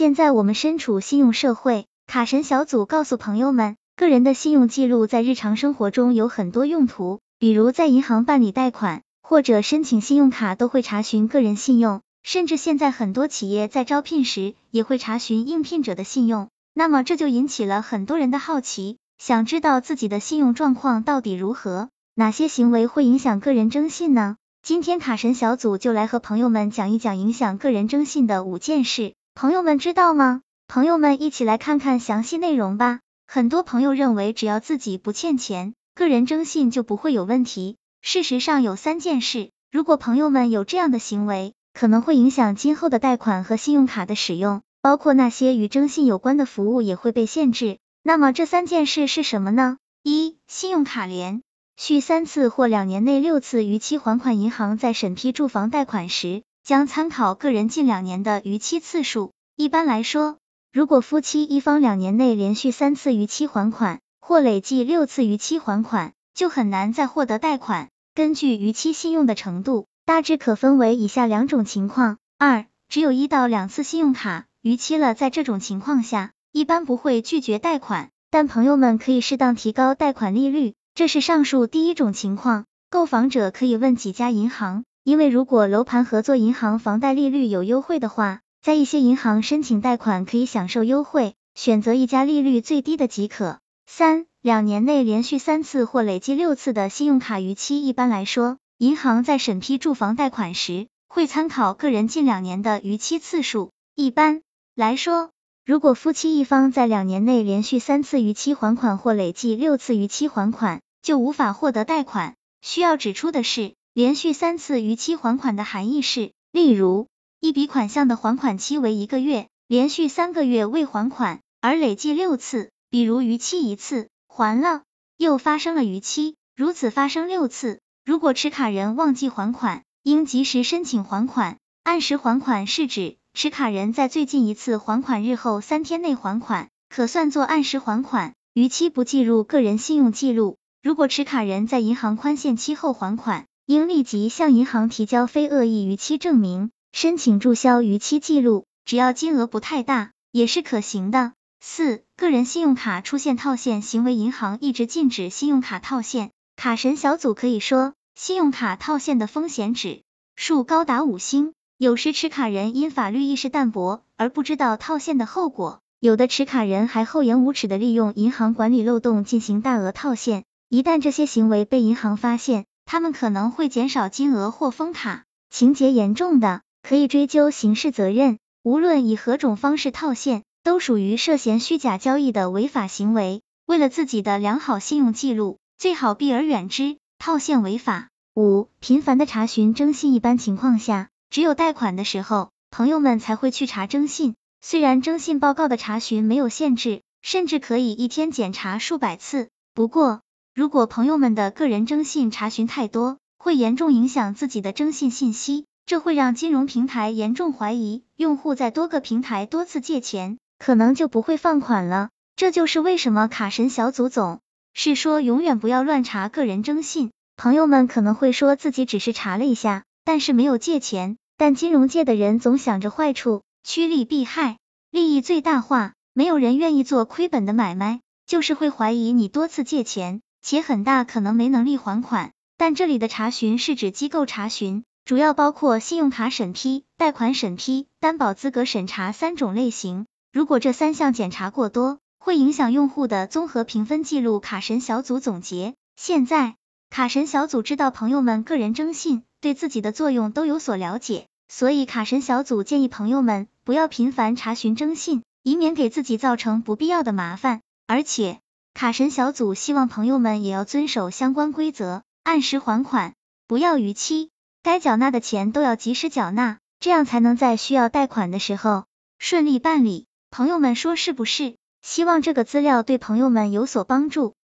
现在我们身处信用社会，卡神小组告诉朋友们，个人的信用记录在日常生活中有很多用途，比如在银行办理贷款或者申请信用卡都会查询个人信用，甚至现在很多企业在招聘时也会查询应聘者的信用。那么这就引起了很多人的好奇，想知道自己的信用状况到底如何，哪些行为会影响个人征信呢？今天卡神小组就来和朋友们讲一讲影响个人征信的5件事，朋友们知道吗？朋友们一起来看看详细内容吧。很多朋友认为只要自己不欠钱，个人征信就不会有问题。事实上有3件事，如果朋友们有这样的行为，可能会影响今后的贷款和信用卡的使用，包括那些与征信有关的服务也会被限制。那么这3件事是什么呢？1. 信用卡连续3次或2年内6次逾期还款，银行在审批住房贷款时，将参考个人近2年的逾期次数。一般来说，如果夫妻一方2年内连续3次逾期还款，或累计6次逾期还款，就很难再获得贷款。根据逾期信用的程度，大致可分为以下2种情况。2. 只有1到2次信用卡逾期了，在这种情况下，一般不会拒绝贷款，但朋友们可以适当提高贷款利率，这是上述第一种情况。购房者可以问几家银行，因为如果楼盘合作银行房贷利率有优惠的话，在一些银行申请贷款可以享受优惠，选择一家利率最低的即可。3. 2年内连续3次或累计6次的信用卡逾期，一般来说，银行在审批住房贷款时，会参考个人近2年的逾期次数。一般来说，如果夫妻一方在2年内连续3次逾期还款或累计6次逾期还款，就无法获得贷款。需要指出的是，连续3次逾期还款的含义是，例如，一笔款项的还款期为1个月，连续3个月未还款，而累计6次，比如逾期1次，还了，又发生了逾期，如此发生6次。如果持卡人忘记还款，应及时申请还款。按时还款是指持卡人在最近一次还款日后3天内还款，可算作按时还款，逾期不计入个人信用记录。如果持卡人在银行宽限期后还款，应立即向银行提交非恶意逾期证明，申请注销逾期记录，只要金额不太大，也是可行的。4. 个人信用卡出现套现行为，银行一直禁止信用卡套现。卡神小组可以说，信用卡套现的风险指数高达5星，有时持卡人因法律意识淡薄而不知道套现的后果，有的持卡人还厚颜无耻地利用银行管理漏洞进行大额套现。一旦这些行为被银行发现，他们可能会减少金额或封卡，情节严重的可以追究刑事责任。无论以何种方式套现，都属于涉嫌虚假交易的违法行为。为了自己的良好信用记录，最好避而远之，套现违法。5. 频繁的查询征信，一般情况下，只有贷款的时候，朋友们才会去查征信。虽然征信报告的查询没有限制，甚至可以一天检查数百次，不过，如果朋友们的个人征信查询太多，会严重影响自己的征信信息，这会让金融平台严重怀疑用户在多个平台多次借钱，可能就不会放款了。这就是为什么卡神小组总是说永远不要乱查个人征信。朋友们可能会说自己只是查了一下，但是没有借钱，但金融界的人总想着坏处，趋利避害，利益最大化，没有人愿意做亏本的买卖，就是会怀疑你多次借钱，且很大可能没能力还款。但这里的查询是指机构查询，主要包括信用卡审批、贷款审批、担保资格审查3种类型。如果这3项检查过多，会影响用户的综合评分记录。卡神小组总结，现在卡神小组知道朋友们个人征信对自己的作用都有所了解，所以卡神小组建议朋友们不要频繁查询征信，以免给自己造成不必要的麻烦。而且卡神小组希望朋友们也要遵守相关规则，按时还款，不要逾期，该缴纳的钱都要及时缴纳，这样才能在需要贷款的时候顺利办理。朋友们说是不是？希望这个资料对朋友们有所帮助。